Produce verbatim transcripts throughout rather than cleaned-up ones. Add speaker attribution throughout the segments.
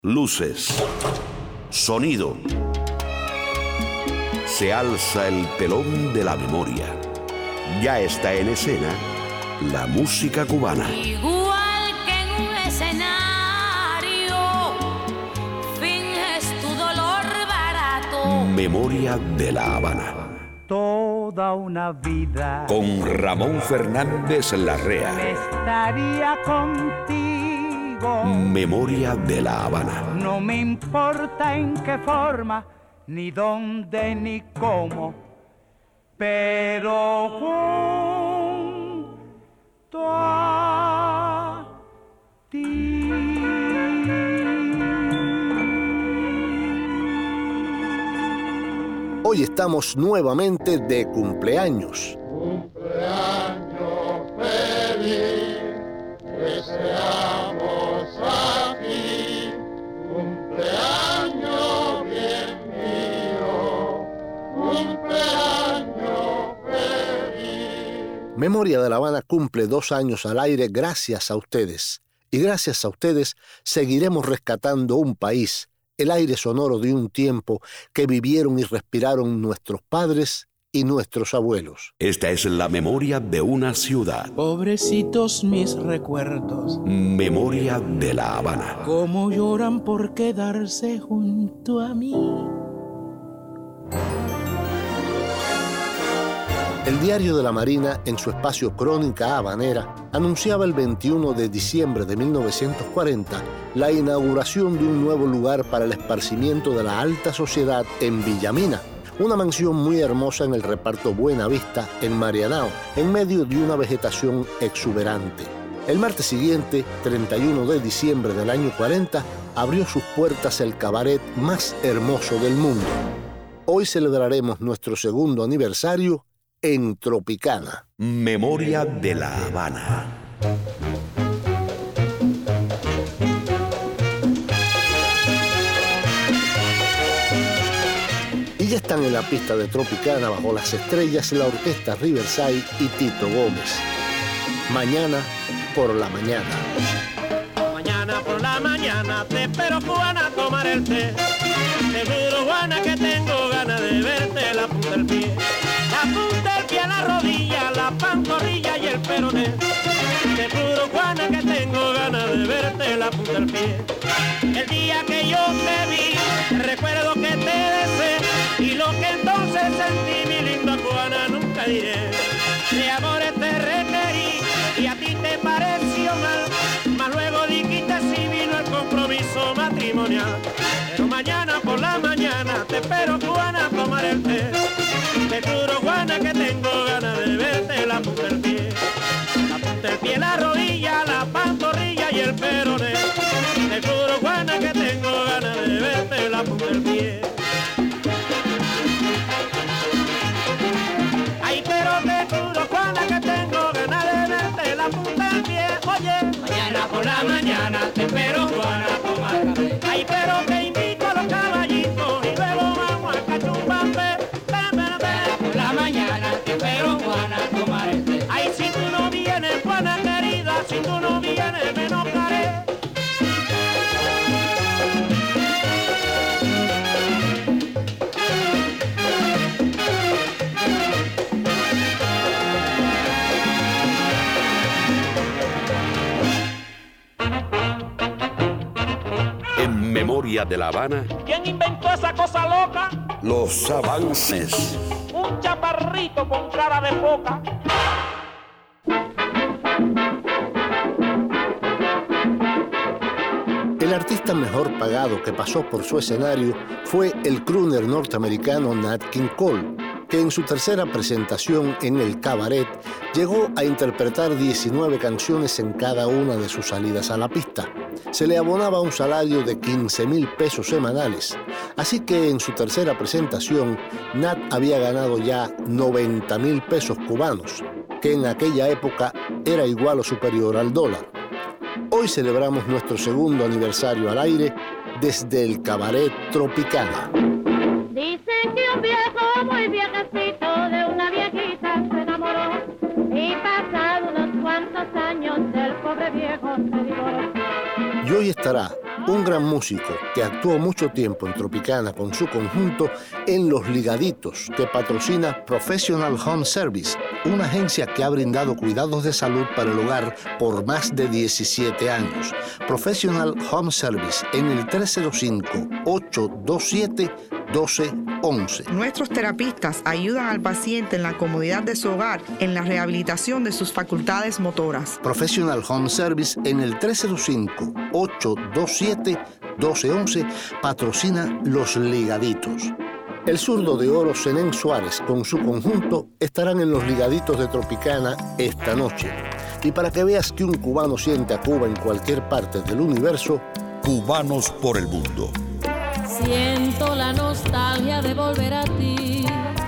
Speaker 1: Luces, sonido. Se alza el telón de la memoria. Ya está en escena la música cubana.
Speaker 2: Igual que en un escenario, finges tu dolor barato.
Speaker 1: Memoria de La Habana.
Speaker 3: Toda una vida
Speaker 1: Con Ramón Fernández Larrea.
Speaker 3: me estaría contigo.
Speaker 1: Memoria de La Habana.
Speaker 3: No me importa en qué forma, ni dónde, ni cómo, pero junto a ti.
Speaker 4: Hoy estamos nuevamente de cumpleaños.
Speaker 5: Cumpleaños feliz, deseamos aquí. Cumpleaños bien mío, cumpleaños feliz.
Speaker 4: Memoria de La Habana cumple dos años al aire gracias a ustedes. Y gracias a ustedes seguiremos rescatando un país, el aire sonoro de un tiempo que vivieron y respiraron nuestros padres y nuestros abuelos.
Speaker 1: Esta es la memoria de una ciudad.
Speaker 6: Pobrecitos mis recuerdos,
Speaker 1: Memoria de La Habana.
Speaker 6: cómo lloran por quedarse junto a mí.
Speaker 4: El Diario de la Marina, en su espacio Crónica Habanera, anunciaba el veintiuno de diciembre de mil novecientos cuarenta la inauguración de un nuevo lugar para el esparcimiento de la alta sociedad en Villamina, una mansión muy hermosa en el reparto Buena Vista, en Marianao, en medio de una vegetación exuberante. El martes siguiente, treinta y uno de diciembre del año cuarenta, abrió sus puertas el cabaret más hermoso del mundo. Hoy celebraremos nuestro segundo aniversario en Tropicana.
Speaker 1: Memoria de La Habana.
Speaker 4: Y ya están en la pista de Tropicana bajo las estrellas la orquesta Riverside y Tito Gómez. Mañana por la mañana.
Speaker 7: Mañana por la mañana te espero, Juana, a tomar el té. Te juro, Juana, que tengo ganas de verte la punta del pie. La punta del pie, la rodilla, la pantorrilla y el peroné. Te juro, Juana, que tengo ganas de verte la punta del pie. El día que yo te vi, recuerdo que te deseé. Y lo que entonces sentí, mi linda Juana, nunca diré. De amores te requerí y a ti te pareció mal. Mas luego dijiste si vino el compromiso matrimonial. Pero mañana por la mañana te espero, Juana, a tomar el té. Te juro, Juana, que tengo ganas de verte la punta del pie. La punta del pie, la rodilla, la pantorrilla y el peroné. Te juro, Juana, que tengo ganas de verte la punta del pie. Ay, pero te juro, Juana, que tengo ganas de verte la punta del pie. Oye, mañana por la mañana te espero, Juana, a tomar café. Ay, pero te invito a los caballitos y luego vamos a Cachumbambe. Por la mañana te espero, Juana, a tomar el té. Ay, si tú no vienes, Juana querida, si tú no vienes, me enojaré.
Speaker 1: En Memoria de La Habana,
Speaker 7: ¿Quién inventó esa cosa loca?
Speaker 1: los avances.
Speaker 7: Un chaparrito con cara de foca.
Speaker 4: El artista mejor pagado que pasó por su escenario fue el crooner norteamericano Nat King Cole, que en su tercera presentación en el cabaret llegó a interpretar diecinueve canciones en cada una de sus salidas a la pista. Se le abonaba un salario de quince mil pesos semanales, así que en su tercera presentación Nat había ganado ya noventa mil pesos cubanos, que en aquella época era igual o superior al dólar. Hoy celebramos nuestro segundo aniversario al aire desde el cabaret Tropicana.
Speaker 8: Dicen que un viejo muy viejecito de una viejita se enamoró y pasado unos cuantos años el pobre viejo se divorció.
Speaker 4: Y hoy estará un gran músico que actuó mucho tiempo en Tropicana con su conjunto en Los Ligaditos, que patrocina Professional Home Service, una agencia que ha brindado cuidados de salud para el hogar por más de diecisiete años. Professional Home Service en el tres cero cinco, ocho dos siete, uno dos uno uno.
Speaker 9: Nuestros terapistas ayudan al paciente en la comodidad de su hogar en la rehabilitación de sus facultades motoras.
Speaker 4: Professional Home Service en el tres cero cinco, ocho dos siete, uno dos uno uno patrocina Los Ligaditos. El zurdo de oro Zenén Suárez con su conjunto estarán en Los Ligaditos de Tropicana esta noche. Y para que veas que un cubano siente a Cuba en cualquier parte del universo,
Speaker 1: Cubanos por el mundo.
Speaker 2: Siento la nostalgia de volver a ti.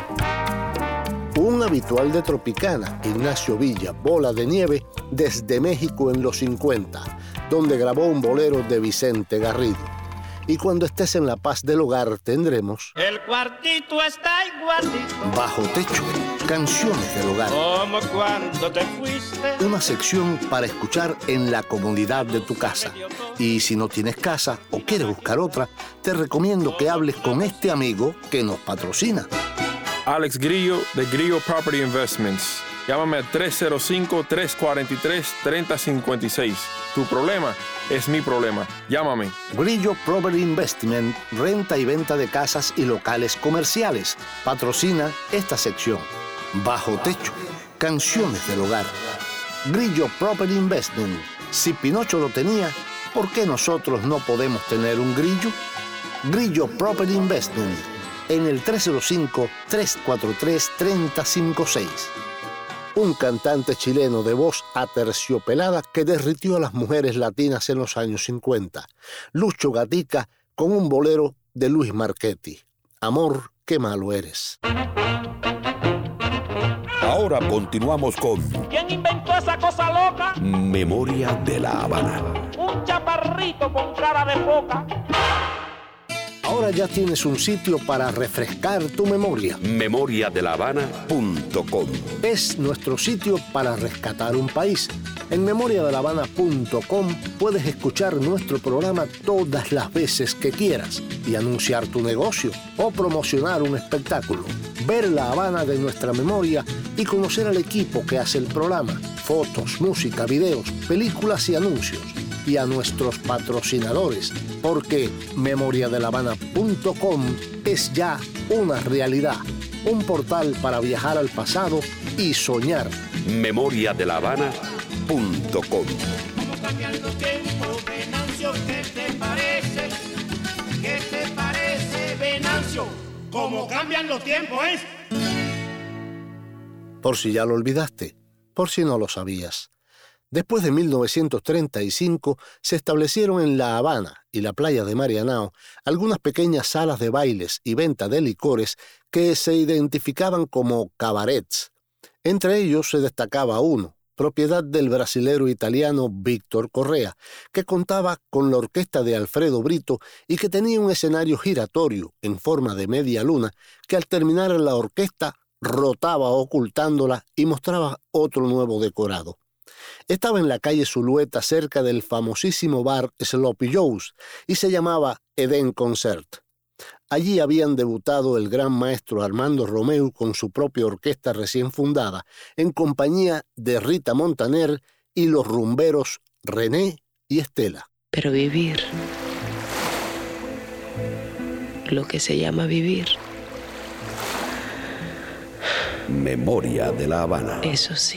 Speaker 4: Un habitual de Tropicana, Ignacio Villa, Bola de Nieve, desde México en los cincuenta, donde grabó un bolero de Vicente Garrido. Y cuando estés en la paz del hogar tendremos
Speaker 7: El cuartito está igualito
Speaker 4: Bajo Techo, canciones del hogar.
Speaker 7: como cuando te fuiste.
Speaker 4: Una sección para escuchar en la comodidad de tu casa. Y si no tienes casa o quieres buscar otra, te recomiendo que hables con este amigo que nos patrocina.
Speaker 10: Alex Grillo de Grillo Property Investments. Llámame al tres cero cinco, tres cuatro tres, tres cero cinco seis. Tu problema es mi problema. Llámame.
Speaker 4: Grillo Property Investment, renta y venta de casas y locales comerciales. Patrocina esta sección. Bajo Techo, canciones del hogar. Grillo Property Investment. Si Pinocho lo tenía, ¿por qué nosotros no podemos tener un grillo? Grillo Property Investment en el tres cero cinco, tres cuatro tres, tres cero cinco seis. Un cantante chileno de voz aterciopelada que derritió a las mujeres latinas en los años cincuenta. Lucho Gatica con un bolero de Luis Marchetti. Amor, qué malo eres.
Speaker 1: Ahora continuamos con
Speaker 7: ¿Quién inventó esa cosa loca?
Speaker 1: Memoria de la Habana.
Speaker 7: Un chaparrito con cara de foca.
Speaker 4: Ahora ya tienes un sitio para refrescar tu memoria.
Speaker 1: memoria de la habana punto com.
Speaker 4: Es nuestro sitio para rescatar un país. En memoria de la habana punto com puedes escuchar nuestro programa todas las veces que quieras y anunciar tu negocio o promocionar un espectáculo. Ver La Habana de nuestra memoria y conocer al equipo que hace el programa. Fotos, música, videos, películas y anuncios. Y a nuestros patrocinadores, porque memoria de la habana punto com es ya una realidad, un portal para viajar al pasado y soñar.
Speaker 1: memoria de la habana punto com.
Speaker 7: ¿Cómo cambian los tiempos, Venancio? ¿Qué te parece? ¿Qué te parece, Venancio? ¿Cómo cambian los tiempos, eh?
Speaker 4: Por si ya lo olvidaste, por si no lo sabías. Después de mil novecientos treinta y cinco se establecieron en La Habana y la playa de Marianao algunas pequeñas salas de bailes y venta de licores que se identificaban como cabarets. Entre ellos se destacaba uno, propiedad del brasilero italiano Víctor Correa, que contaba con la orquesta de Alfredo Brito y que tenía un escenario giratorio en forma de media luna que al terminar la orquesta rotaba ocultándola y mostraba otro nuevo decorado. Estaba en la calle Zulueta cerca del famosísimo bar Sloppy Joe's y se llamaba Eden Concert. Allí habían debutado el gran maestro Armando Romeu con su propia orquesta recién fundada, en compañía de Rita Montaner y los rumberos René y Estela.
Speaker 11: Pero vivir, lo que se llama vivir,
Speaker 1: Memoria de la Habana.
Speaker 11: eso sí.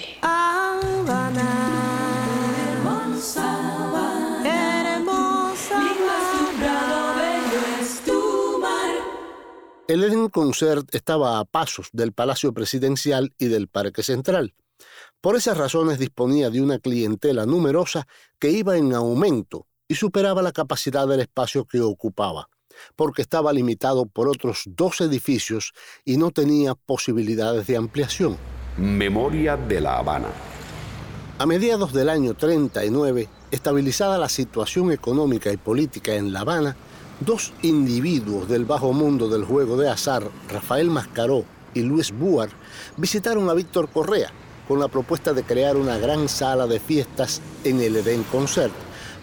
Speaker 2: Habana, hermosa Habana, hermosa Habana, bello es tu mar.
Speaker 4: El Eden Concert estaba a pasos del Palacio Presidencial y del Parque Central. Por esas razones disponía de una clientela numerosa que iba en aumento y superaba la capacidad del espacio que ocupaba, porque estaba limitado por otros dos edificios y no tenía posibilidades de ampliación.
Speaker 1: Memoria de la Habana.
Speaker 4: A mediados del año treinta y nueve, estabilizada la situación económica y política en La Habana, dos individuos del bajo mundo del juego de azar, Rafael Mascaró y Luis Buar, visitaron a Víctor Correa con la propuesta de crear una gran sala de fiestas en el Eden Concert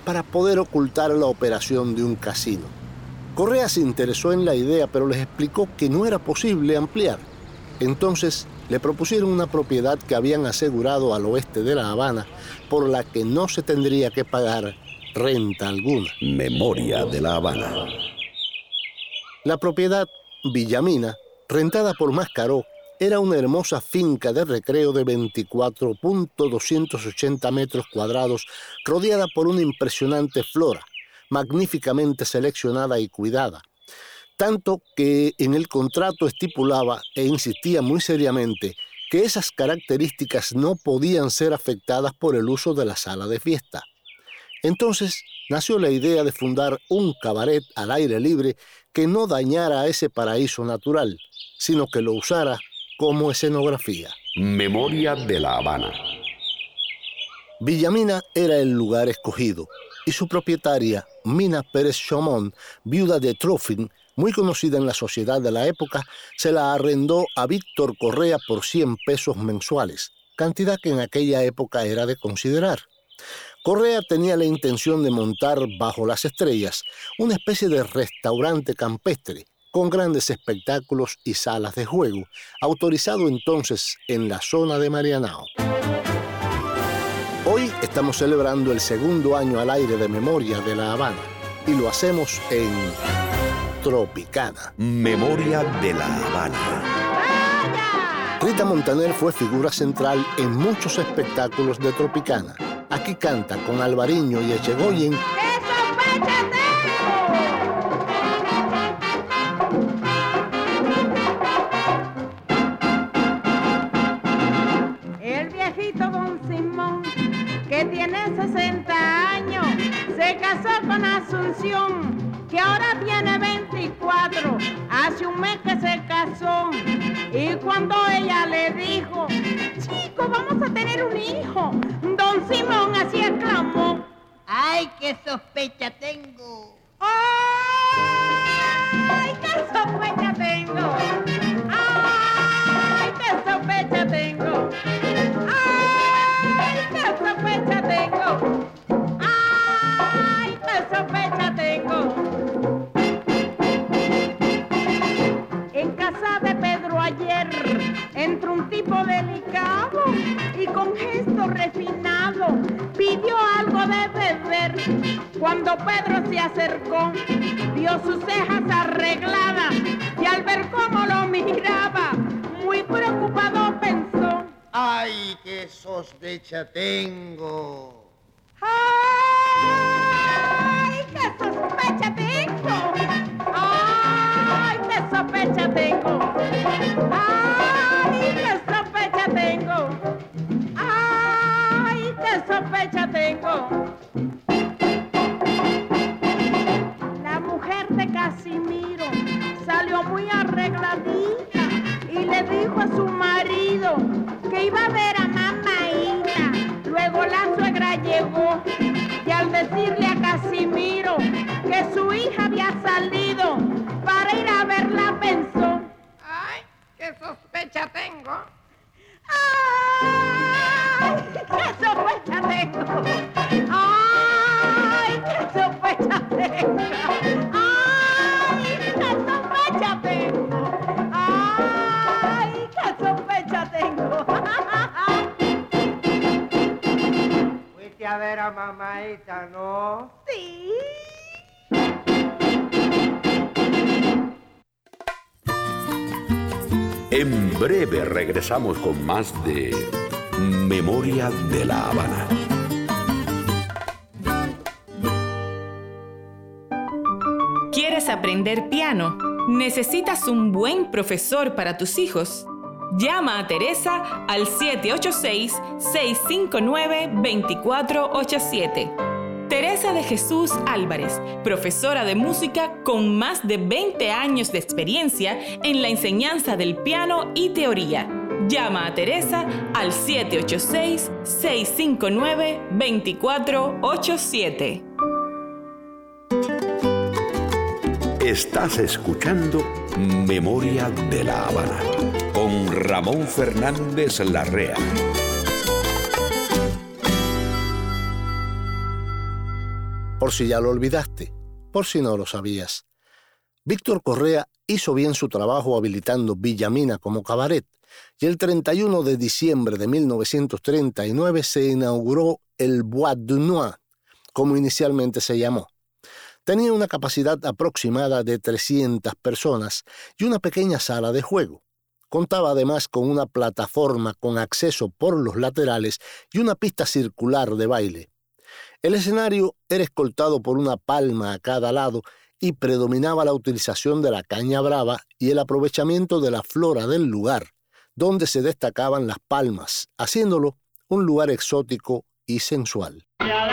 Speaker 4: para poder ocultar la operación de un casino. Correa se interesó en la idea, pero les explicó que no era posible ampliar. Entonces le propusieron una propiedad que habían asegurado al oeste de La Habana, por la que no se tendría que pagar renta alguna.
Speaker 1: Memoria de La Habana.
Speaker 4: La propiedad Villamina, rentada por Mascaró, era una hermosa finca de recreo de veinticuatro mil doscientos ochenta metros cuadrados, rodeada por una impresionante flora, magníficamente seleccionada y cuidada. Tanto que en el contrato estipulaba e insistía muy seriamente que esas características no podían ser afectadas por el uso de la sala de fiesta. Entonces nació la idea de fundar un cabaret al aire libre que no dañara a ese paraíso natural, sino que lo usara como escenografía.
Speaker 1: Memoria de La Habana.
Speaker 4: Villamina era el lugar escogido, y su propietaria, Mina Pérez Chomón, viuda de Trofin, muy conocida en la sociedad de la época, se la arrendó a Víctor Correa por cien pesos mensuales, cantidad que en aquella época era de considerar. Correa tenía la intención de montar bajo las estrellas una especie de restaurante campestre con grandes espectáculos y salas de juego, autorizado entonces en la zona de Marianao. Hoy estamos celebrando el segundo año al aire de Memoria de La Habana y lo hacemos en Tropicana.
Speaker 1: Memoria de La Habana.
Speaker 4: Rita Montaner fue figura central en muchos espectáculos de Tropicana. Aquí canta con Alvariño y Echegoyen.
Speaker 12: El viejito don Simón, que tiene sesenta años, se casó con Asunción, que ahora tiene veinticuatro. Hace un mes que se casó, y cuando ella le dijo, chico, vamos a tener un hijo, don Simón así exclamó,
Speaker 13: ¡ay, qué sospecha tengo!
Speaker 12: ¡Ay, qué sospecha tengo! ¡Ay, qué sospecha tengo! ¡Ay, qué sospecha tengo! ¡Ay, qué sospecha tengo! En casa de Pedro ayer entró un tipo delicado y con gesto refinado pidió algo de beber. Cuando Pedro se acercó, vio sus cejas arregladas y al ver cómo lo miraba, muy preocupado pensó,
Speaker 13: ¡ay, qué sospecha tengo!
Speaker 12: ¡Ay, qué sospecha tengo! ¡Ay, qué sospecha tengo! ¡Ay, qué sospecha tengo! ¡Ay, qué sospecha tengo! La mujer de Casimiro salió muy arregladita y le dijo a su marido que iba a ver a mamaíta. Luego la suegra llegó y al decirle a Casimiro que su hija había salido para ir a verla pensó,
Speaker 13: ¡ay, qué sospecha tengo!
Speaker 12: ¡Ay, qué sospecha tengo! ¡Ay, qué sospecha tengo! ¡Ay, qué sospecha tengo! ¡Ay, qué sospecha tengo!
Speaker 13: Fuiste a ver a mamaita, ¿no?
Speaker 12: Sí.
Speaker 1: En breve regresamos con más de Memoria de La Habana.
Speaker 14: ¿Quieres aprender piano? ¿Necesitas un buen profesor para tus hijos? Llama a Teresa al siete ocho seis, seis cinco nueve, dos cuatro ocho siete. Teresa de Jesús Álvarez, profesora de música con más de veinte años de experiencia en la enseñanza del piano y teoría. Llama a Teresa al siete ocho seis, seis cinco nueve, dos cuatro ocho siete.
Speaker 1: Estás escuchando Memoria de La Habana con Ramón Fernández Larrea.
Speaker 4: por si ya lo olvidaste, por si no lo sabías. Víctor Correa hizo bien su trabajo habilitando Villamina como cabaret, y el treinta y uno de diciembre de mil novecientos treinta y nueve se inauguró el Boîte de Nuit, como inicialmente se llamó. Tenía una capacidad aproximada de trescientas personas y una pequeña sala de juego. Contaba además con una plataforma con acceso por los laterales y una pista circular de baile. El escenario era escoltado por una palma a cada lado y predominaba la utilización de la caña brava y el aprovechamiento de la flora del lugar, donde se destacaban las palmas, haciéndolo un lugar exótico y sensual.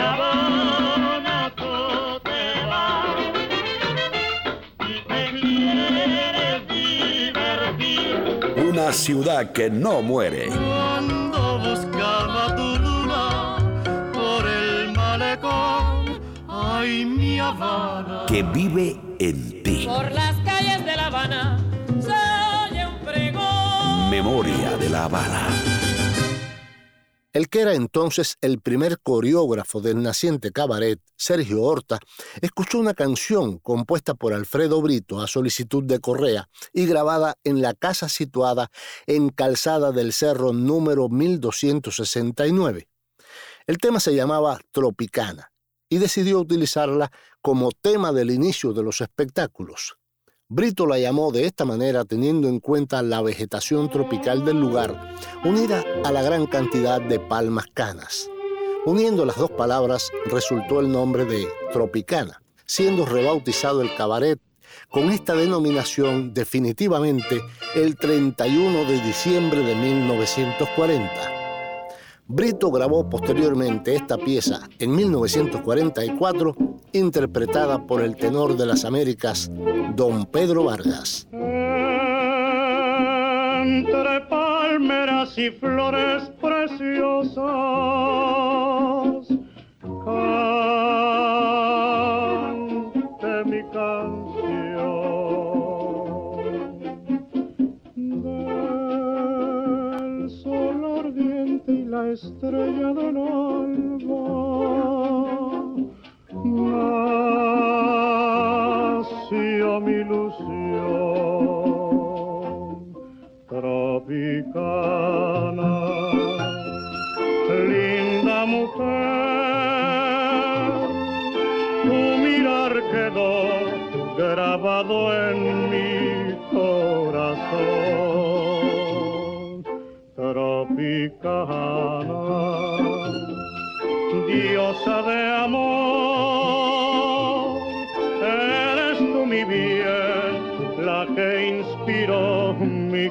Speaker 1: Una ciudad que no muere.
Speaker 5: Cuando buscaba tu luna por el malecón, ay, mi Habana,
Speaker 1: Que vive en ti.
Speaker 2: Por las calles de La Habana se oye un pregón.
Speaker 1: Memoria de La Habana.
Speaker 4: El que era entonces el primer coreógrafo del naciente cabaret, Sergio Horta, escuchó una canción compuesta por Alfredo Brito a solicitud de Correa y grabada en la casa situada en Calzada del Cerro número mil doscientos sesenta y nueve. El tema se llamaba Tropicana y decidió utilizarla como tema del inicio de los espectáculos. Brito la llamó de esta manera teniendo en cuenta la vegetación tropical del lugar, unida a la gran cantidad de palmas canas. Uniendo las dos palabras resultó el nombre de Tropicana, siendo rebautizado el cabaret con esta denominación definitivamente el treinta y uno de diciembre de mil novecientos cuarenta. Brito grabó posteriormente esta pieza en mil novecientos cuarenta y cuatro, interpretada por el tenor de las Américas, don Pedro Vargas.
Speaker 5: entre palmeras y flores preciosas, cante mi canción del sol ardiente y la estrella del alba. Nació mi ilusión tropicana, linda mujer, tu mirar quedó grabado en mi corazón. Tropicana, diosa de amor, eres tú mi bien, la que inspiró mi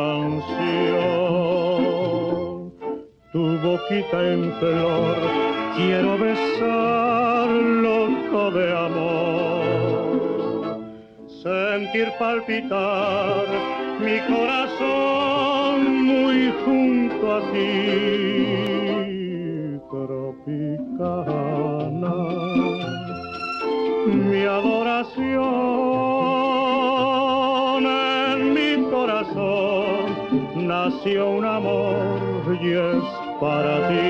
Speaker 5: canción. Tu boquita en flor quiero besar, loco de amor, sentir palpitar mi corazón muy junto a ti. Tropicana, mi adoración, en mi corazón nació un amor y es para ti.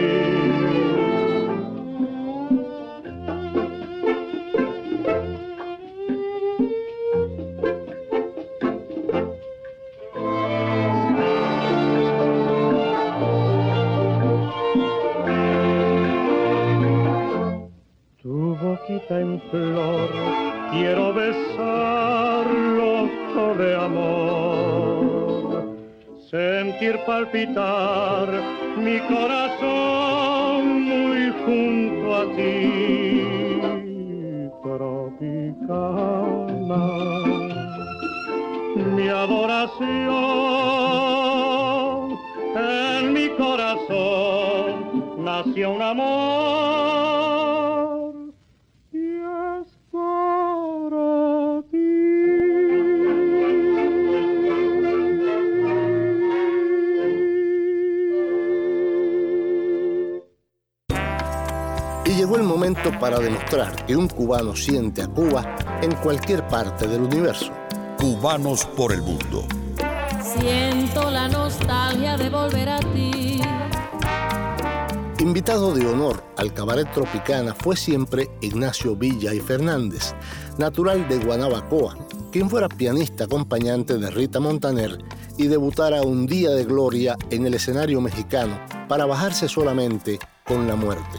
Speaker 5: En flor quiero besar, loco de amor, sentir palpitar mi corazón muy junto a ti. Tropicana, mi adoración, en mi corazón nació un amor.
Speaker 4: Y llegó el momento para demostrar que un cubano siente a Cuba en cualquier parte del universo.
Speaker 1: Cubanos por el mundo.
Speaker 2: Siento la nostalgia de volver a ti.
Speaker 4: invitado de honor al Cabaret Tropicana fue siempre Ignacio Villa y Fernández, natural de Guanabacoa, quien fuera pianista acompañante de Rita Montaner y debutara un día de gloria en el escenario mexicano para bajarse solamente con la muerte.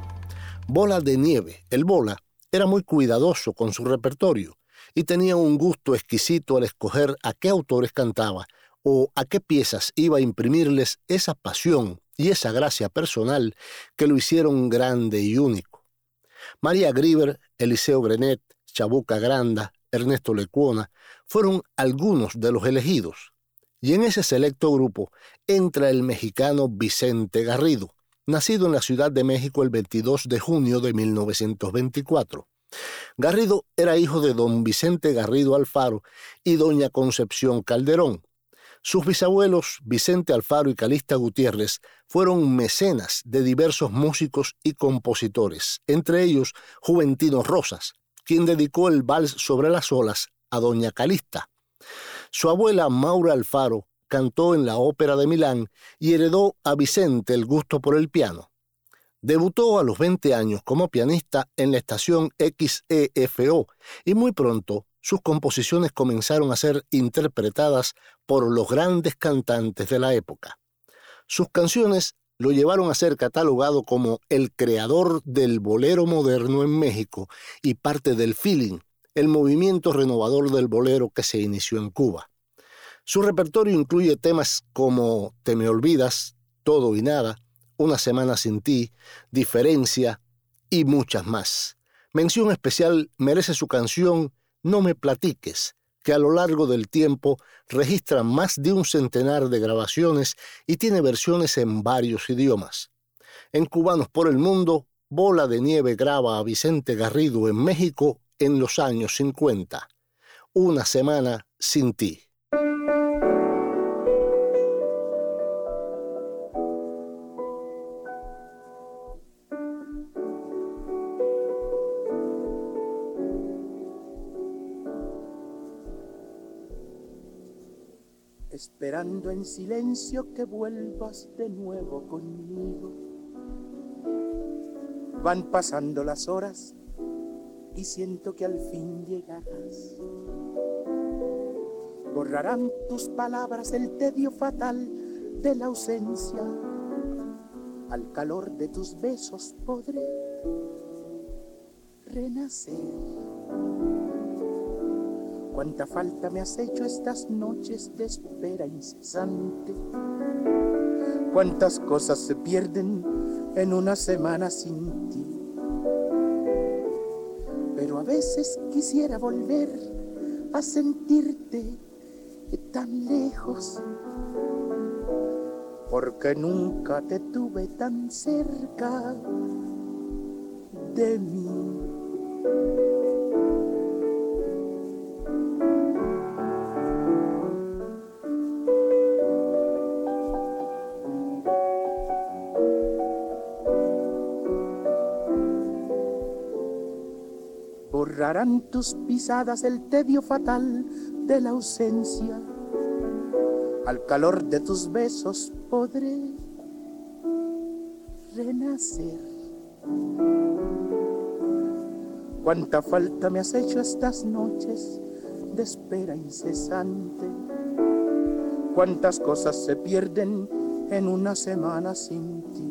Speaker 4: Bola de Nieve, el Bola, era muy cuidadoso con su repertorio y tenía un gusto exquisito al escoger a qué autores cantaba o a qué piezas iba a imprimirles esa pasión y esa gracia personal que lo hicieron grande y único. María Grieber, Eliseo Grenet, Chabuca Granda, Ernesto Lecuona fueron algunos de los elegidos. Y en ese selecto grupo entra el mexicano Vicente Garrido, nacido en la Ciudad de México el veintidós de junio de mil novecientos veinticuatro. Garrido era hijo de don Vicente Garrido Alfaro y doña Concepción Calderón. Sus bisabuelos, Vicente Alfaro y Calixta Gutiérrez, fueron mecenas de diversos músicos y compositores, entre ellos Juventino Rosas, quien dedicó el vals sobre las olas a doña Calixta. Su abuela Maura Alfaro cantó en la Ópera de Milán y heredó a Vicente el gusto por el piano. Debutó a los veinte años como pianista en la estación X E F O y muy pronto sus composiciones comenzaron a ser interpretadas por los grandes cantantes de la época. Sus canciones lo llevaron a ser catalogado como el creador del bolero moderno en México y parte del feeling, el movimiento renovador del bolero que se inició en Cuba. Su repertorio incluye temas como Te me olvidas, Todo y nada, Una semana sin ti, Diferencia y muchas más. Mención especial merece su canción No me platiques, que a lo largo del tiempo registra más de un centenar de grabaciones y tiene versiones en varios idiomas. En Cubanos por el Mundo, Bola de Nieve graba a Vicente Garrido en México en los años cincuenta. Una semana sin ti.
Speaker 6: Esperando en silencio que vuelvas de nuevo conmigo. Van pasando las horas y siento que al fin llegarás. Borrarán tus palabras el tedio fatal de la ausencia. Al calor de tus besos podré renacer. Cuánta falta me has hecho estas noches de espera incesante. Cuántas cosas se pierden en una semana sin ti. Pero a veces quisiera volver a sentirte tan lejos, porque nunca te tuve tan cerca de mí. Borrarán tus pisadas el tedio fatal de la ausencia. Al calor de tus besos podré renacer. Cuánta falta me has hecho estas noches de espera incesante. Cuántas cosas se pierden en una semana sin ti.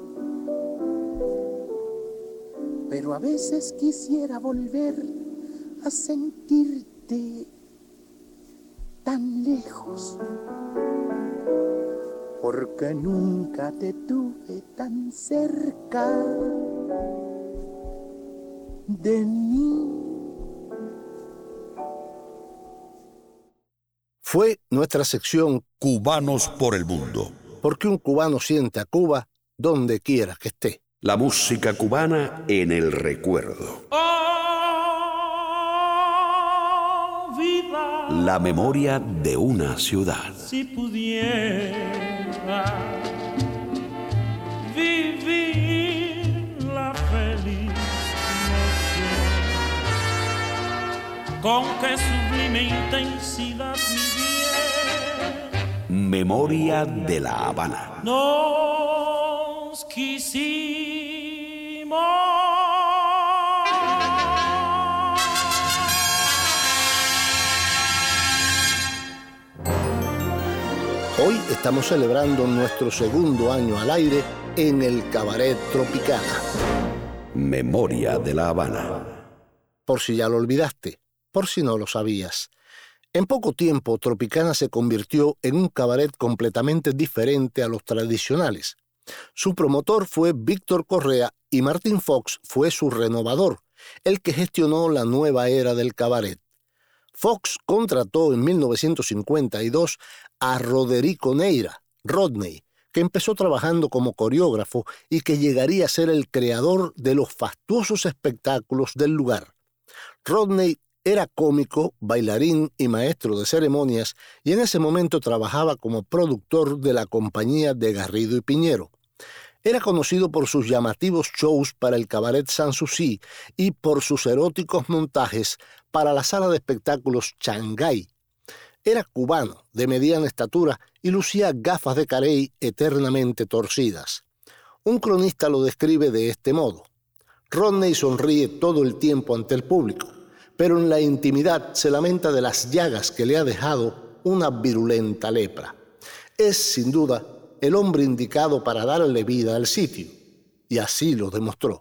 Speaker 6: Pero a veces quisiera volver a sentirte tan lejos, porque nunca te tuve tan cerca de mí.
Speaker 4: Fue nuestra sección
Speaker 1: Cubanos por el Mundo.
Speaker 4: Porque un cubano siente a Cuba donde quiera que esté.
Speaker 1: La música cubana en el recuerdo.
Speaker 15: Oh, vida,
Speaker 1: la memoria de una ciudad.
Speaker 15: Si pudiera vivir la feliz noche, con qué sublime intensidad mi bien.
Speaker 1: Memoria de La Habana.
Speaker 15: Nos quisimos.
Speaker 4: Hoy estamos celebrando nuestro segundo año al aire en el Cabaret Tropicana.
Speaker 1: Memoria de La Habana.
Speaker 4: Por si ya lo olvidaste, por si no lo sabías. En poco tiempo, Tropicana se convirtió en un cabaret completamente diferente a los tradicionales. Su promotor fue Víctor Correa y Martin Fox fue su renovador, el que gestionó la nueva era del cabaret. Fox contrató en mil novecientos cincuenta y dos a Roderico Neira, Rodney, que empezó trabajando como coreógrafo y que llegaría a ser el creador de los fastuosos espectáculos del lugar. Rodney era cómico, bailarín y maestro de ceremonias y en ese momento trabajaba como productor de la compañía de Garrido y Piñero. Era conocido por sus llamativos shows para el Cabaret Sanssouci y por sus eróticos montajes para la sala de espectáculos Shanghái. Era cubano, de mediana estatura, y lucía gafas de carey eternamente torcidas. Un cronista lo describe de este modo: Rodney sonríe todo el tiempo ante el público, pero en la intimidad se lamenta de las llagas que le ha dejado una virulenta lepra. Es, sin duda, el hombre indicado para darle vida al sitio, y así lo demostró.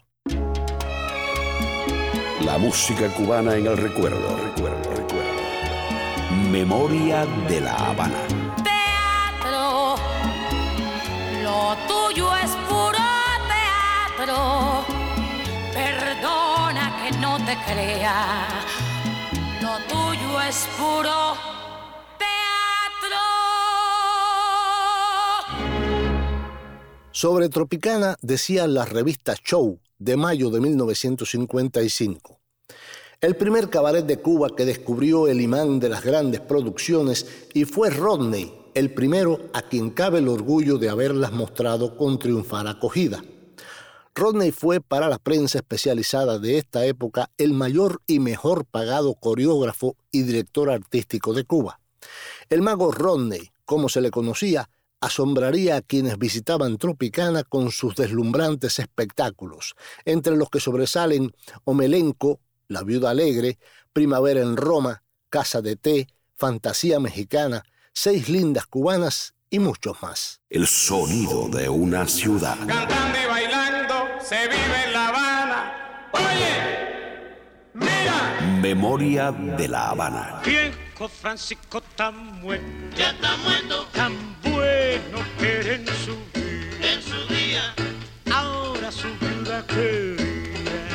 Speaker 1: La música cubana en el recuerdo, recuerdo, recuerdo. Memoria de La Habana.
Speaker 2: Teatro, lo tuyo es puro teatro. Perdona que no te crea, lo tuyo es puro teatro.
Speaker 4: Sobre Tropicana decía la revista Show de mayo de mil novecientos cincuenta y cinco. El primer cabaret de Cuba que descubrió el imán de las grandes producciones y fue Rodney, el primero a quien cabe el orgullo de haberlas mostrado con triunfal acogida. Rodney fue para la prensa especializada de esta época el mayor y mejor pagado coreógrafo y director artístico de Cuba. El mago Rodney, como se le conocía, asombraría a quienes visitaban Tropicana con sus deslumbrantes espectáculos, entre los que sobresalen Omelenco, La Viuda Alegre, Primavera en Roma, Casa de Té, Fantasía Mexicana, Seis Lindas Cubanas y muchos más.
Speaker 1: El sonido de una ciudad.
Speaker 16: Cantando y bailando se vive en La Habana. Oye, mira.
Speaker 1: Memoria de La Habana.
Speaker 15: Viejo Francisco está muerto,
Speaker 16: Ya está muerto
Speaker 15: tan bueno que era en su vida,
Speaker 16: en su día.
Speaker 15: ahora su viuda quería,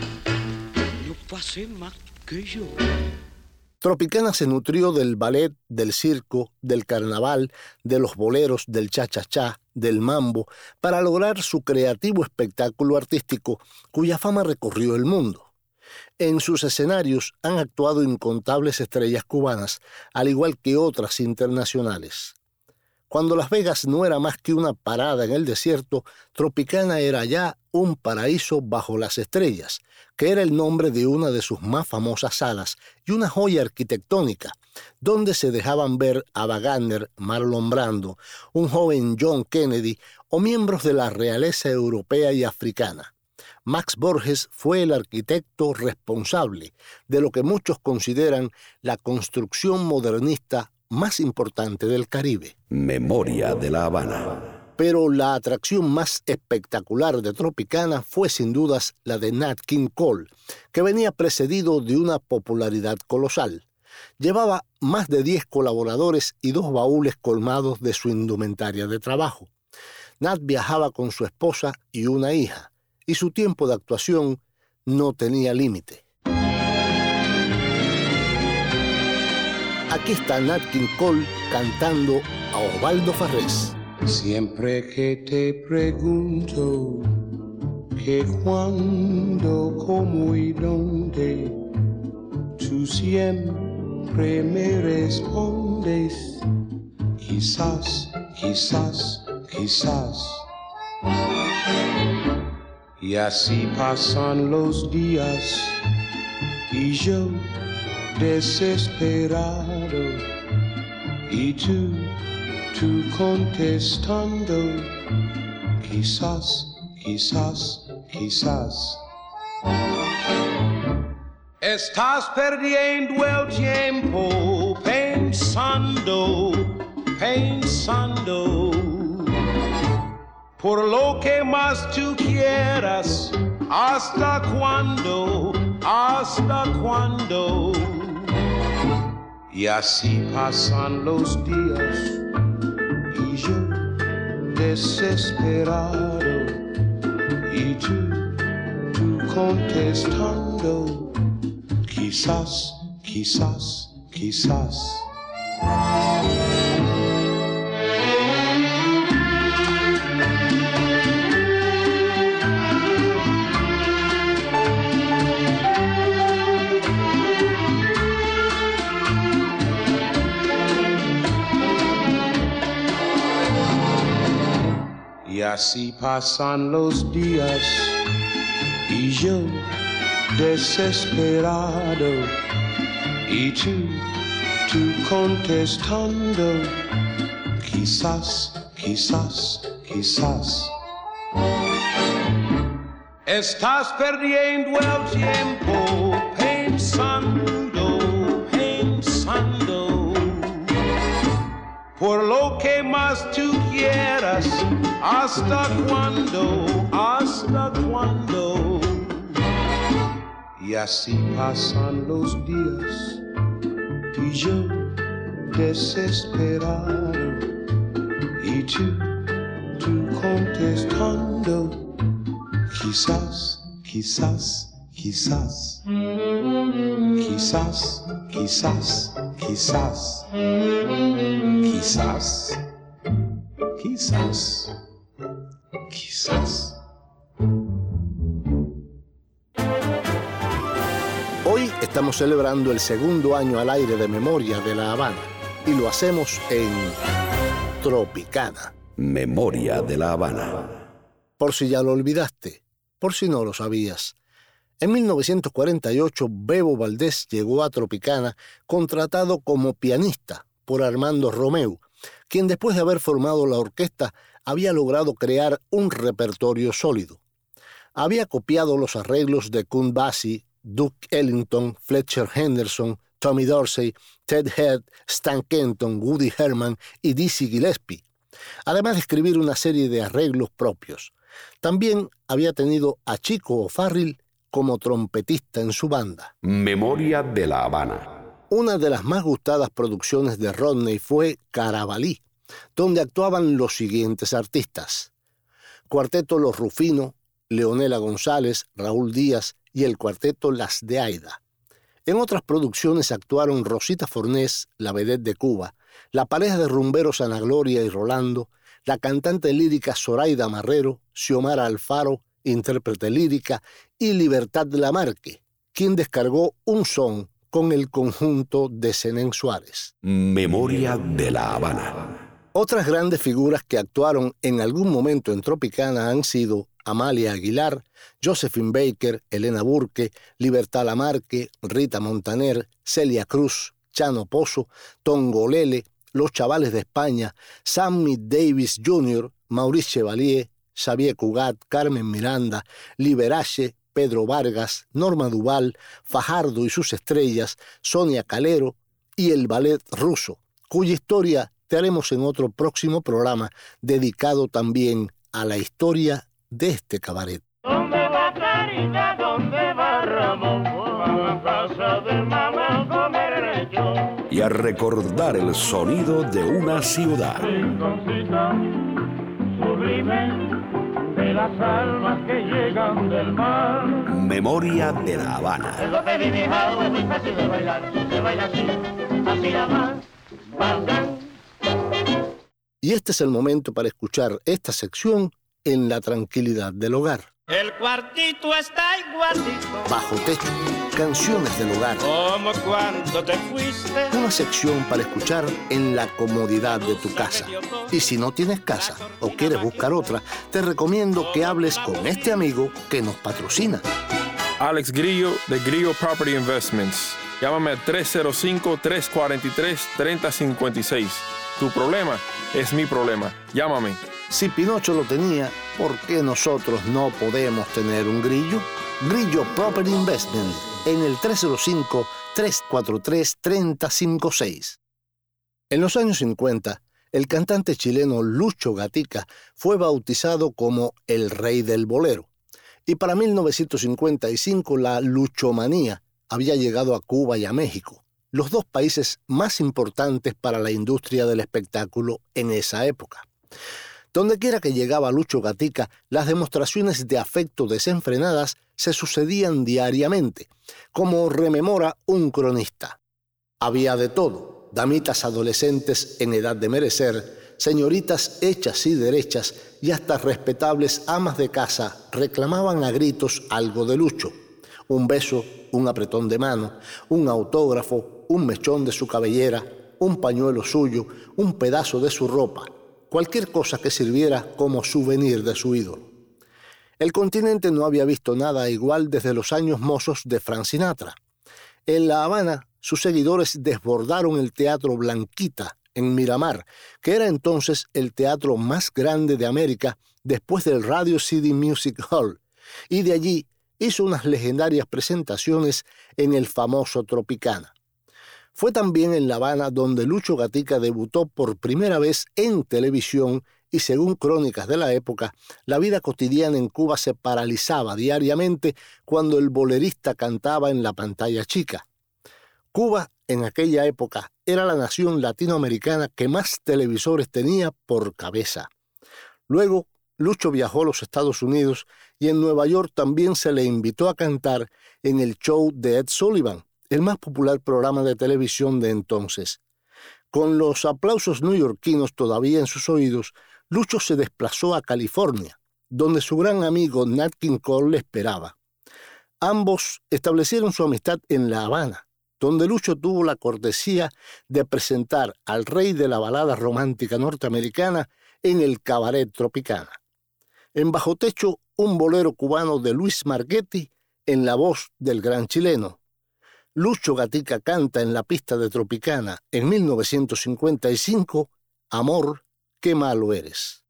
Speaker 15: no pase más que yo.
Speaker 4: Tropicana se nutrió del ballet, del circo, del carnaval, de los boleros, del cha-cha-cha, del mambo, para lograr su creativo espectáculo artístico, cuya fama recorrió el mundo. En sus escenarios han actuado incontables estrellas cubanas, al igual que otras internacionales. Cuando Las Vegas no era más que una parada en el desierto, Tropicana era ya un paraíso bajo las estrellas, que era el nombre de una de sus más famosas salas y una joya arquitectónica, donde se dejaban ver Ava Gardner, Marlon Brando, un joven John Kennedy o miembros de la realeza europea y africana. Max Borges fue el arquitecto responsable de lo que muchos consideran la construcción modernista más importante del Caribe.
Speaker 1: Memoria de La Habana.
Speaker 4: Pero la atracción más espectacular de Tropicana fue sin dudas la de Nat King Cole, que venía precedido de una popularidad colosal. Llevaba más de diez colaboradores y dos baúles colmados de su indumentaria de trabajo. Nat viajaba con su esposa y una hija, y su tiempo de actuación no tenía límite. Aquí está Nat King Cole cantando a Osvaldo Farrés.
Speaker 17: Siempre que te pregunto que cuándo, cómo y dónde, tú siempre me respondes, quizás, quizás, quizás. Y así pasan los días y yo desesperado, y tú, tú contestando, quizás, quizás, quizás. Estás perdiendo el tiempo pensando, pensando por lo que más tú quieras. ¿Hasta cuándo? ¿Hasta cuándo? Y así pasan los días y yo desesperado y tú, tú contestando, quizás, quizás, quizás. Y así pasan los días y yo desesperado y tú, tú contestando, quizás, quizás, quizás. Estás perdiendo el tiempo pensando, pensando por lo que más tú quieras. ¿Hasta cuándo? ¿Hasta cuándo? Y así pasan los días y yo desesperado y tú, tú contestando, quizás, quizás, quizás, quizás, quizás, quizás, quizás, quizás. Quizás.
Speaker 4: Hoy estamos celebrando el segundo año al aire de Memoria de La Habana y lo hacemos en Tropicana.
Speaker 1: Memoria de La Habana.
Speaker 4: Por si ya lo olvidaste, por si no lo sabías. En mil novecientos cuarenta y ocho, Bebo Valdés llegó a Tropicana contratado como pianista por Armando Romeu, quien después de haber formado la orquesta había logrado crear un repertorio sólido. Había copiado los arreglos de Count Basie, Duke Ellington, Fletcher Henderson, Tommy Dorsey, Ted Head, Stan Kenton, Woody Herman y Dizzy Gillespie, además de escribir una serie de arreglos propios. También había tenido a Chico O'Farrill como trompetista en su banda.
Speaker 1: Memoria de La Habana.
Speaker 4: Una de las más gustadas producciones de Rodney fue Carabalí, donde actuaban los siguientes artistas: Cuarteto Los Rufino, Leonela González, Raúl Díaz y el Cuarteto Las de Aida. En otras producciones actuaron Rosita Fornés, la vedette de Cuba, la pareja de rumberos Ana Gloria y Rolando, la cantante lírica Zoraida Marrero, Xiomara Alfaro, intérprete lírica, y Libertad Lamarque, quien descargó un son con el conjunto de Zenén Suárez.
Speaker 1: Memoria de La Habana.
Speaker 4: Otras grandes figuras que actuaron en algún momento en Tropicana han sido Amalia Aguilar, Josephine Baker, Elena Burke, Libertad Lamarque, Rita Montaner, Celia Cruz, Chano Pozo, Tongolele, Los Chavales de España, Sammy Davis junior, Maurice Chevalier, Xavier Cugat, Carmen Miranda, Liberace, Pedro Vargas, Norma Duval, Fajardo y sus estrellas, Sonia Calero y el ballet ruso, cuya historia te haremos en otro próximo programa dedicado también a la historia de este cabaret.
Speaker 7: ¿Dónde va Clarita? ¿Dónde va Ramón? A casa de mamá comer yo.
Speaker 1: Y a recordar el sonido de una ciudad.
Speaker 7: Rinconcito sublime de las almas que llegan del mar.
Speaker 1: Memoria de La Habana.
Speaker 7: Es lo que vi mi hija, es muy fácil de bailar. Se baila así, así nada más. Bang,
Speaker 4: Y este es el momento para escuchar esta sección en la tranquilidad del hogar.
Speaker 7: el cuartito está igualito.
Speaker 4: Bajo techo, canciones del hogar.
Speaker 7: Como cuando te fuiste.
Speaker 4: Una sección para escuchar en la comodidad de tu casa. Y si no tienes casa o quieres buscar otra, te recomiendo que hables con este amigo que nos patrocina.
Speaker 10: Alex Grillo de Grillo Property Investments. Llámame al tres cero cinco, tres cuatro tres, tres cero cinco seis. Tu problema es mi problema. Llámame.
Speaker 4: Si Pinocho lo tenía, ¿por qué nosotros no podemos tener un Grillo? Grillo Property Investment en el tres cero cinco, tres cuatro tres, tres cero cinco seis. En los años cincuenta, el cantante chileno Lucho Gatica fue bautizado como el rey del bolero. Y para mil novecientos cincuenta y cinco la luchomanía había llegado a Cuba y a México, los dos países más importantes para la industria del espectáculo en esa época. Dondequiera que llegaba Lucho Gatica, las demostraciones de afecto desenfrenadas se sucedían diariamente, como rememora un cronista. Había de todo: damitas adolescentes en edad de merecer, señoritas hechas y derechas y hasta respetables amas de casa reclamaban a gritos algo de Lucho. Un beso, un apretón de mano, un autógrafo, un mechón de su cabellera, un pañuelo suyo, un pedazo de su ropa, cualquier cosa que sirviera como souvenir de su ídolo. El continente no había visto nada igual desde los años mozos de Frank Sinatra. En La Habana, sus seguidores desbordaron el Teatro Blanquita en Miramar, que era entonces el teatro más grande de América después del Radio City Music Hall, y de allí hizo unas legendarias presentaciones en el famoso Tropicana. Fue también en La Habana donde Lucho Gatica debutó por primera vez en televisión y, según crónicas de la época, la vida cotidiana en Cuba se paralizaba diariamente cuando el bolerista cantaba en la pantalla chica. Cuba, en aquella época, era la nación latinoamericana que más televisores tenía por cabeza. Luego, Lucho viajó a los Estados Unidos y en Nueva York también se le invitó a cantar en el show de Ed Sullivan, el más popular programa de televisión de entonces. Con los aplausos neoyorquinos todavía en sus oídos, Lucho se desplazó a California, donde su gran amigo Nat King Cole le esperaba. Ambos establecieron su amistad en La Habana, donde Lucho tuvo la cortesía de presentar al rey de la balada romántica norteamericana en el Cabaret Tropicana. En Bajo Techo, un bolero cubano de Luis Marchetti en la voz del gran chileno. Lucho Gatica canta en la pista de Tropicana en mil novecientos cincuenta y cinco, Amor, qué malo eres.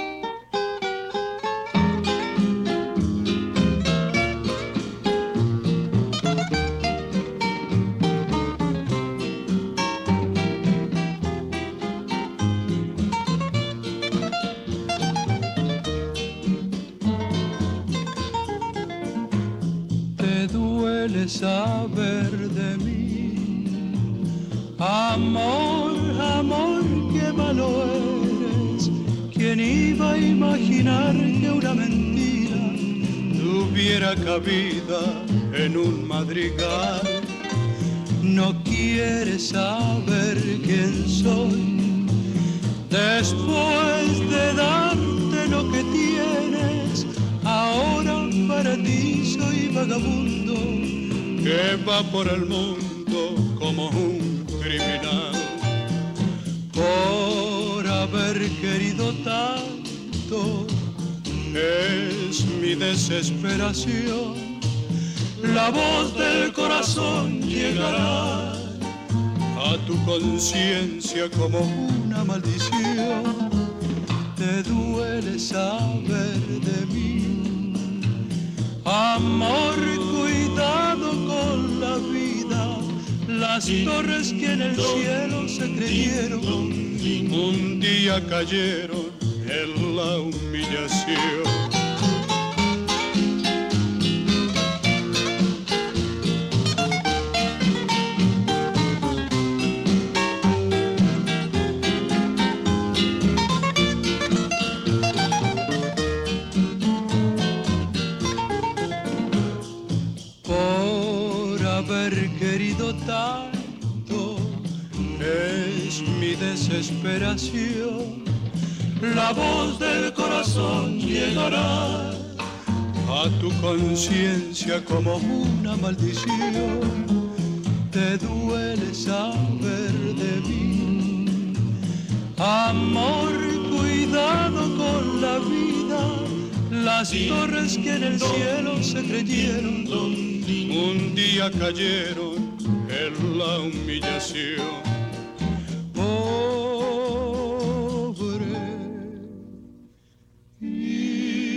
Speaker 18: Saber de mí, amor, amor, qué malo eres. ¿Quién iba a imaginar que una mentira tuviera cabida en un madrigal? No quieres saber quién soy, después de darte lo que tienes, ahora para ti soy vagabundo que va por el mundo como un criminal. Por haber querido tanto es mi desesperación. La voz del corazón llegará a tu conciencia como una maldición. Te duele saber de mí, amor, cuidado con la vida. Las torres que en el cielo se creyeron, un día cayeron en la humillación. Tanto es mi desesperación. La voz del corazón llegará a tu conciencia como una maldición. Te duele saber de mí, amor, cuidado con la vida. Las torres que en el cielo se creyeron, un día cayeron en la humillación. Pobre y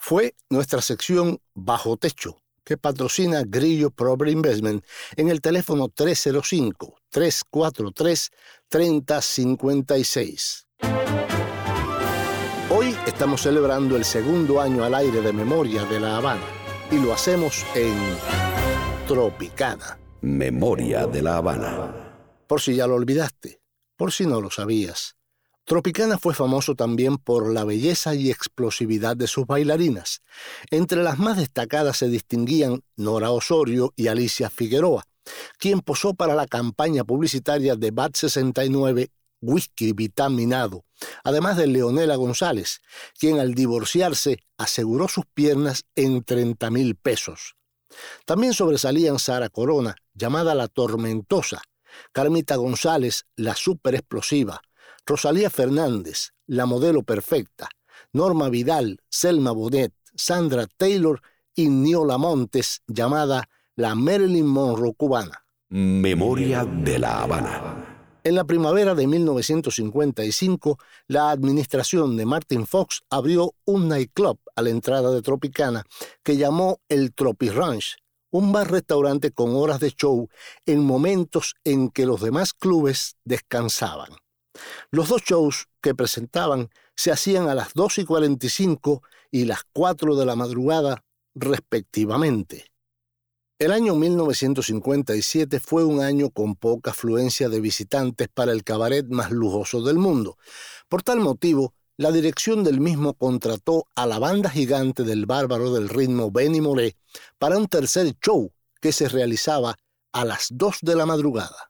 Speaker 4: Fue nuestra sección Bajo Techo, que patrocina Grillo Property Investment en el teléfono tres cero cinco, tres cuatro tres, tres cero cinco seis. Hoy estamos celebrando el segundo año al aire de Memoria de La Habana y lo hacemos en Tropicana.
Speaker 1: Memoria de La Habana.
Speaker 4: Por si ya lo olvidaste, por si no lo sabías. Tropicana fue famoso también por la belleza y explosividad de sus bailarinas. Entre las más destacadas se distinguían Nora Osorio y Alicia Figueroa, quien posó para la campaña publicitaria de B A T sesenta y nueve Whisky Vitaminado, además de Leonela González, quien al divorciarse aseguró sus piernas en treinta mil pesos. También sobresalían Sara Corona, llamada La Tormentosa, Carmita González, la Super Explosiva, Rosalía Fernández, la Modelo Perfecta, Norma Vidal, Selma Bonet, Sandra Taylor y Niola Montes, llamada la Marilyn Monroe cubana.
Speaker 1: Memoria de La Habana.
Speaker 4: En la primavera de mil novecientos cincuenta y cinco, la administración de Martin Fox abrió un nightclub a la entrada de Tropicana que llamó el Tropi Ranch, un bar-restaurante con horas de show en momentos en que los demás clubes descansaban. Los dos shows que presentaban se hacían a las dos y cuarenta y cinco y las cuatro de la madrugada, respectivamente. El año mil novecientos cincuenta y siete fue un año con poca afluencia de visitantes para el cabaret más lujoso del mundo. Por tal motivo, la dirección del mismo contrató a la banda gigante del bárbaro del ritmo Benny Moré para un tercer show que se realizaba a las dos de la madrugada.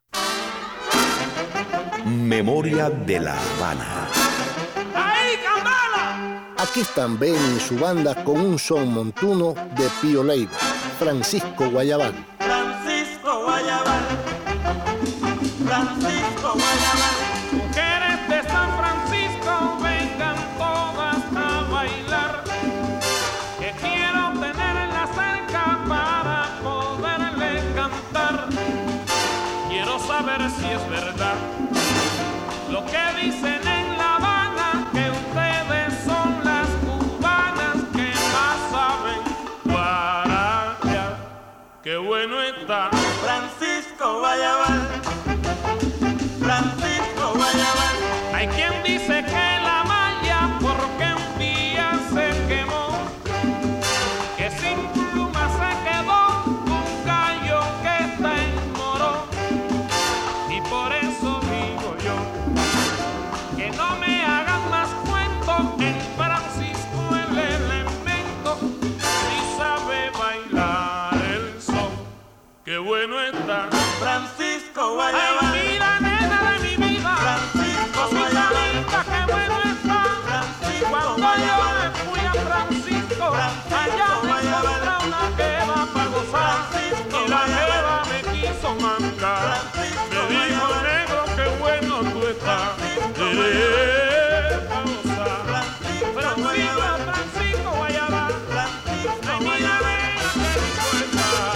Speaker 1: Memoria de La Habana.
Speaker 16: ¡Ahí, Candela!
Speaker 4: Aquí están Benny y su banda con un son montuno de Pío Leiva, Francisco Guayabal.
Speaker 16: Francisco Guayabal, Francisco Guayabal. Mujeres de San Francisco, vengan todas a bailar. Que quiero tenerla cerca para poderle cantar. Quiero saber si es verdad lo que dicen en La Habana, que ustedes son las cubanas que más saben guaracha. Qué bueno está Francisco Guayabal, Francisco Guayabal. Hay quien dice que la malla porque un día se quemó, que sin pluma se quedó un gallo que está en moro. Y por eso digo yo, que no me hagan más cuento, en Francisco el elemento, si sabe bailar el son. Qué bueno está Francisco Guayabal. Ay, mira, nena de mi vida, Francisco Guayabal. Qué bueno está Francisco. Cuando yo me fui a Francisco, allá me encontré una jeva para gozar, y la jeva me quiso mangar. Me dijo, negro, qué bueno tú estás. Eh, vamos a Francisco, Francisco Guayabal. Ay, mira, nena, qué rico está.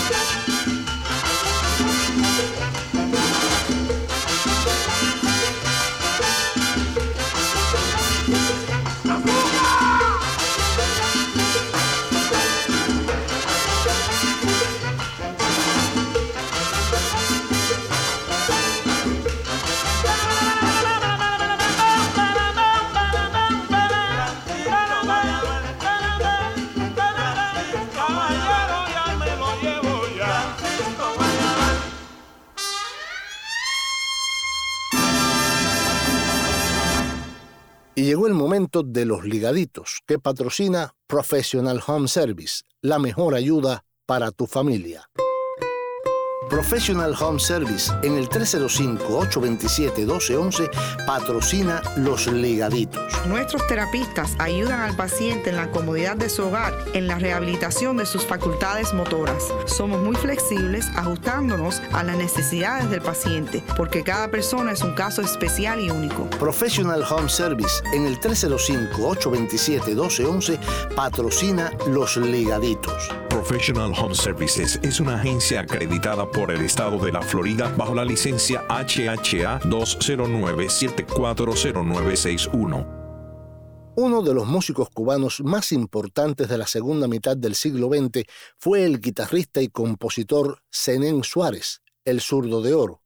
Speaker 4: Y llegó el momento de los ligaditos, que patrocina Professional Home Service, la mejor ayuda para tu familia. Professional Home Service en el tres cero cinco, ocho dos siete, uno dos uno uno patrocina Los Ligaditos.
Speaker 9: Nuestros terapistas ayudan al paciente en la comodidad de su hogar en la rehabilitación de sus facultades motoras. Somos muy flexibles ajustándonos a las necesidades del paciente porque cada persona es un caso especial y único.
Speaker 4: Professional Home Service en el tres cero cinco, ocho dos siete, uno dos uno uno patrocina Los Ligaditos.
Speaker 19: Professional Home Services es una agencia acreditada por el estado de la Florida bajo la licencia H H A dos cero nueve, siete cuatro cero nueve seis uno.
Speaker 4: Uno de los músicos cubanos más importantes de la segunda mitad del siglo veinte fue el guitarrista y compositor Zenén Suárez, el zurdo de oro.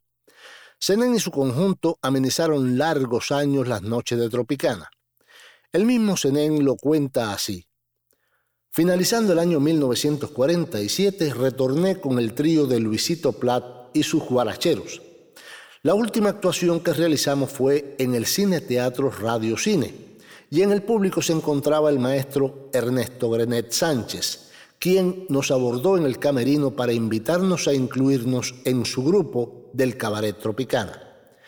Speaker 4: Zenén y su conjunto amenizaron largos años las noches de Tropicana. El mismo Zenén lo cuenta así. Finalizando el año mil novecientos cuarenta y siete, retorné con el trío de Luisito Plat y sus guaracheros. La última actuación que realizamos fue en el Cine Teatro Radio Cine, y en el público se encontraba el maestro Ernesto Grenet Sánchez, quien nos abordó en el camerino para invitarnos a incluirnos en su grupo del Cabaret Tropicana.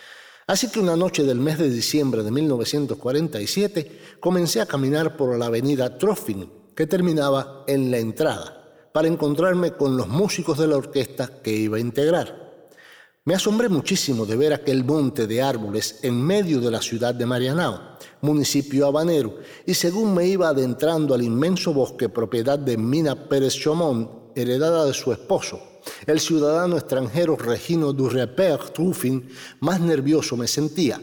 Speaker 4: Así que una noche del mes de diciembre de mil novecientos cuarenta y siete comencé a caminar por la avenida Trofim, que terminaba en la entrada, para encontrarme con los músicos de la orquesta que iba a integrar. Me asombré muchísimo de ver aquel monte de árboles en medio de la ciudad de Marianao, municipio habanero, y según me iba adentrando al inmenso bosque propiedad de Mina Pérez Chomón, heredada de su esposo, el ciudadano extranjero Regino Durreper Truffin, más nervioso me sentía.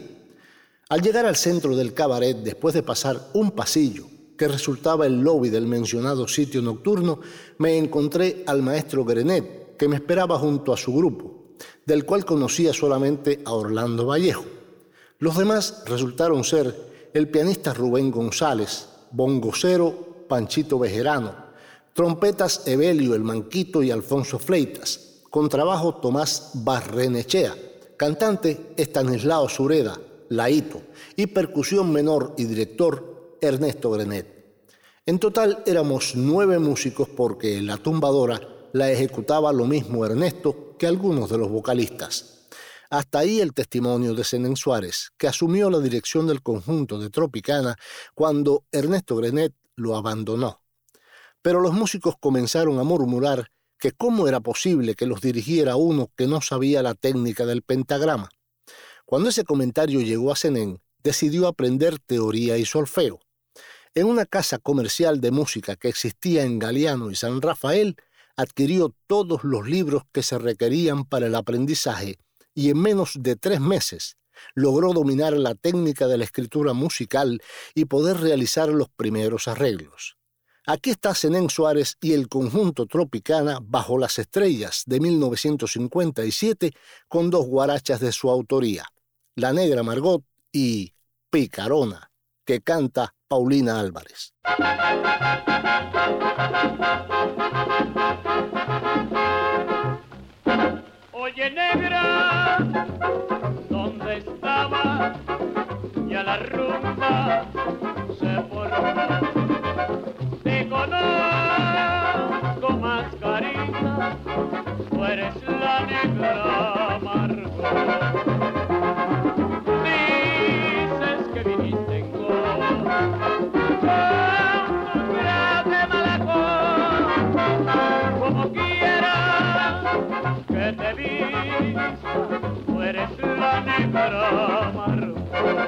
Speaker 4: Al llegar al centro del cabaret, después de pasar un pasillo que resultaba el lobby del mencionado sitio nocturno, me encontré al maestro Grenet, que me esperaba junto a su grupo, del cual conocía solamente a Orlando Vallejo. Los demás resultaron ser el pianista Rubén González, bongocero Panchito Bejerano, trompetas Evelio el Manquito y Alfonso Fleitas, contrabajo Tomás Barrenechea, cantante Estanislao Sureda, Laito, y percusión menor y director Ernesto Grenet. En total éramos nueve músicos porque la tumbadora la ejecutaba lo mismo Ernesto que algunos de los vocalistas. Hasta ahí el testimonio de Zenén Suárez, que asumió la dirección del conjunto de Tropicana cuando Ernesto Grenet lo abandonó. Pero los músicos comenzaron a murmurar que cómo era posible que los dirigiera uno que no sabía la técnica del pentagrama. Cuando ese comentario llegó a Zenén, decidió aprender teoría y solfeo. En una casa comercial de música que existía en Galeano y San Rafael, adquirió todos los libros que se requerían para el aprendizaje y en menos de tres meses logró dominar la técnica de la escritura musical y poder realizar los primeros arreglos. Aquí está Zenén Suárez y el conjunto Tropicana Bajo las Estrellas de mil novecientos cincuenta y siete con dos guarachas de su autoría, La Negra Margot y Picarona, que canta Paulina Álvarez.
Speaker 5: Oye, negra, ¿dónde estaba? Ya la rumba se formó. Te conozco, mascarita, tú eres la Negra Margot. Dices que viniste en goma, con tu grave malacón, como quieras que te vista, tú eres la Negra Margot.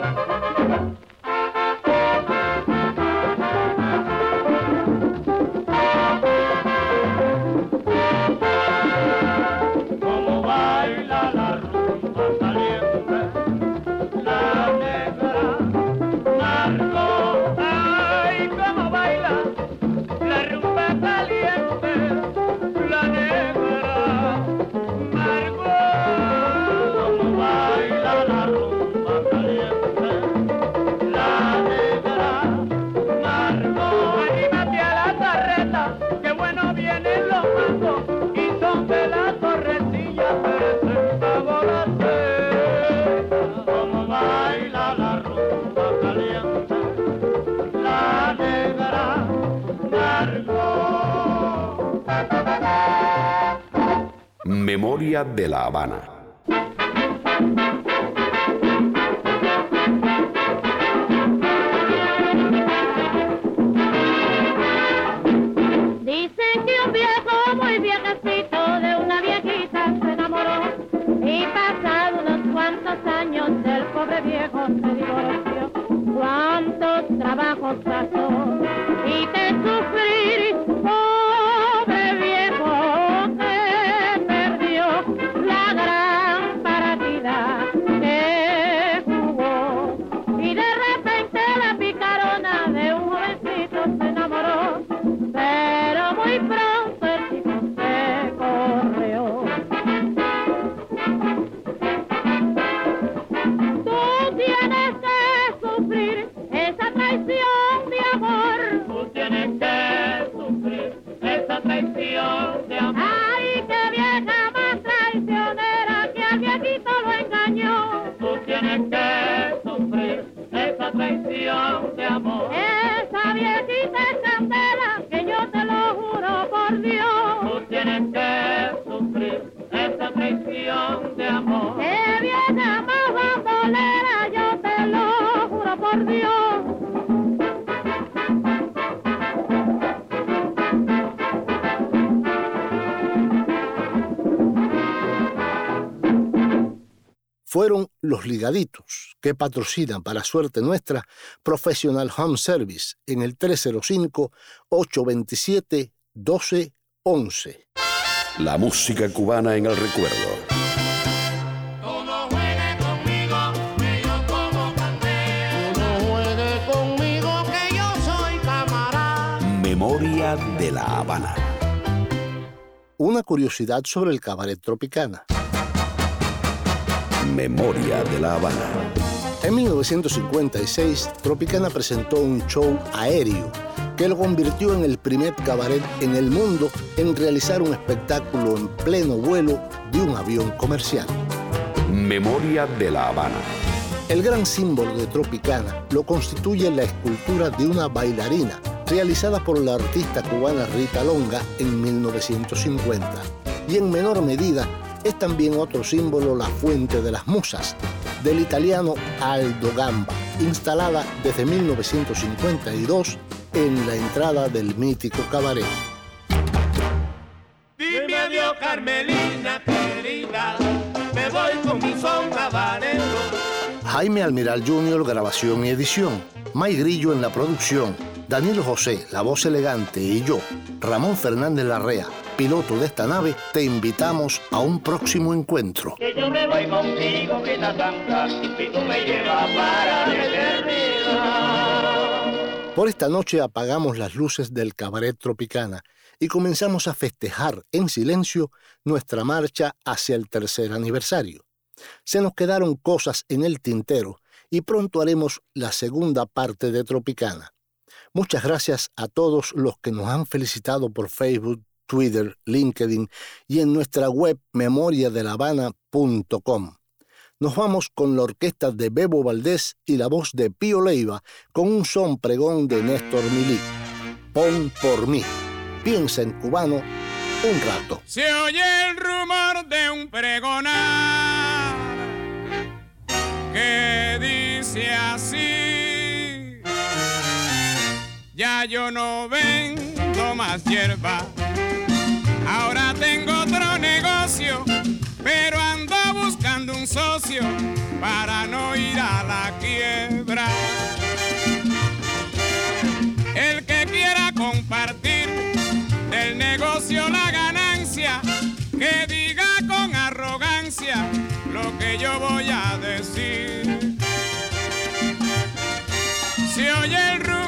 Speaker 1: Memoria de La Habana.
Speaker 8: Dicen que un viejo muy viejecito de una viejita se enamoró y pasado unos cuantos años el pobre viejo se divorció. Cuántos trabajos pasó y te sufrir, pobre viejo que perdió la gracia. amor. Esa viejita es candela, que yo te lo juro por Dios. Tú tienes que sufrir esa traición de amor. Que vieja más bandolera, yo te lo juro por Dios.
Speaker 4: Fueron los Ligaditos, que patrocinan, para suerte nuestra, Professional Home Service en el tres cero cinco, ocho dos siete, uno dos uno uno.
Speaker 1: La música cubana en el recuerdo.
Speaker 16: Tú no juegues conmigo, que yo como candela. Tú no juegues conmigo, que yo soy camarada.
Speaker 1: Memoria de La Habana.
Speaker 4: Una curiosidad sobre el cabaret Tropicana.
Speaker 1: Memoria de La Habana.
Speaker 4: En mil novecientos cincuenta y seis, Tropicana presentó un show aéreo que lo convirtió en el primer cabaret en el mundo en realizar un espectáculo en pleno vuelo de un avión comercial.
Speaker 1: Memoria de La Habana.
Speaker 4: El gran símbolo de Tropicana lo constituye la escultura de una bailarina realizada por la artista cubana Rita Longa en mil novecientos cincuenta. Y en menor medida es también otro símbolo la Fuente de las Musas, del italiano Aldo Gamba, instalada desde mil novecientos cincuenta y dos en la entrada del mítico cabaret.
Speaker 16: Dime adiós, Carmelina querida, me voy con mi son habanero.
Speaker 4: Jaime Almiral junior, grabación y edición. May Grillo en la producción. Danilo José, la voz elegante, y yo, Ramón Fernández Larrea, piloto de esta nave, te invitamos a un próximo encuentro.
Speaker 16: Que yo me voy contigo, que la santa, y tú me llevas para la eternidad.
Speaker 4: Por esta noche apagamos las luces del cabaret Tropicana y comenzamos a festejar en silencio nuestra marcha hacia el tercer aniversario. Se nos quedaron cosas en el tintero y pronto haremos la segunda parte de Tropicana. Muchas gracias a todos los que nos han felicitado por Facebook, Twitter, LinkedIn y en nuestra web memoria de la habana punto com. Nos vamos con la orquesta de Bebo Valdés y la voz de Pío Leiva con un son pregón de Néstor Milí. Pon por mí. Piensa en cubano un rato.
Speaker 16: Se oye el rumor de un pregonar que dice así: ya yo no vendo más hierba, ahora tengo otro negocio, pero ando buscando un socio para no ir a la quiebra. El que quiera compartir del negocio la ganancia, que diga con arrogancia lo que yo voy a decir. Se oye el ruido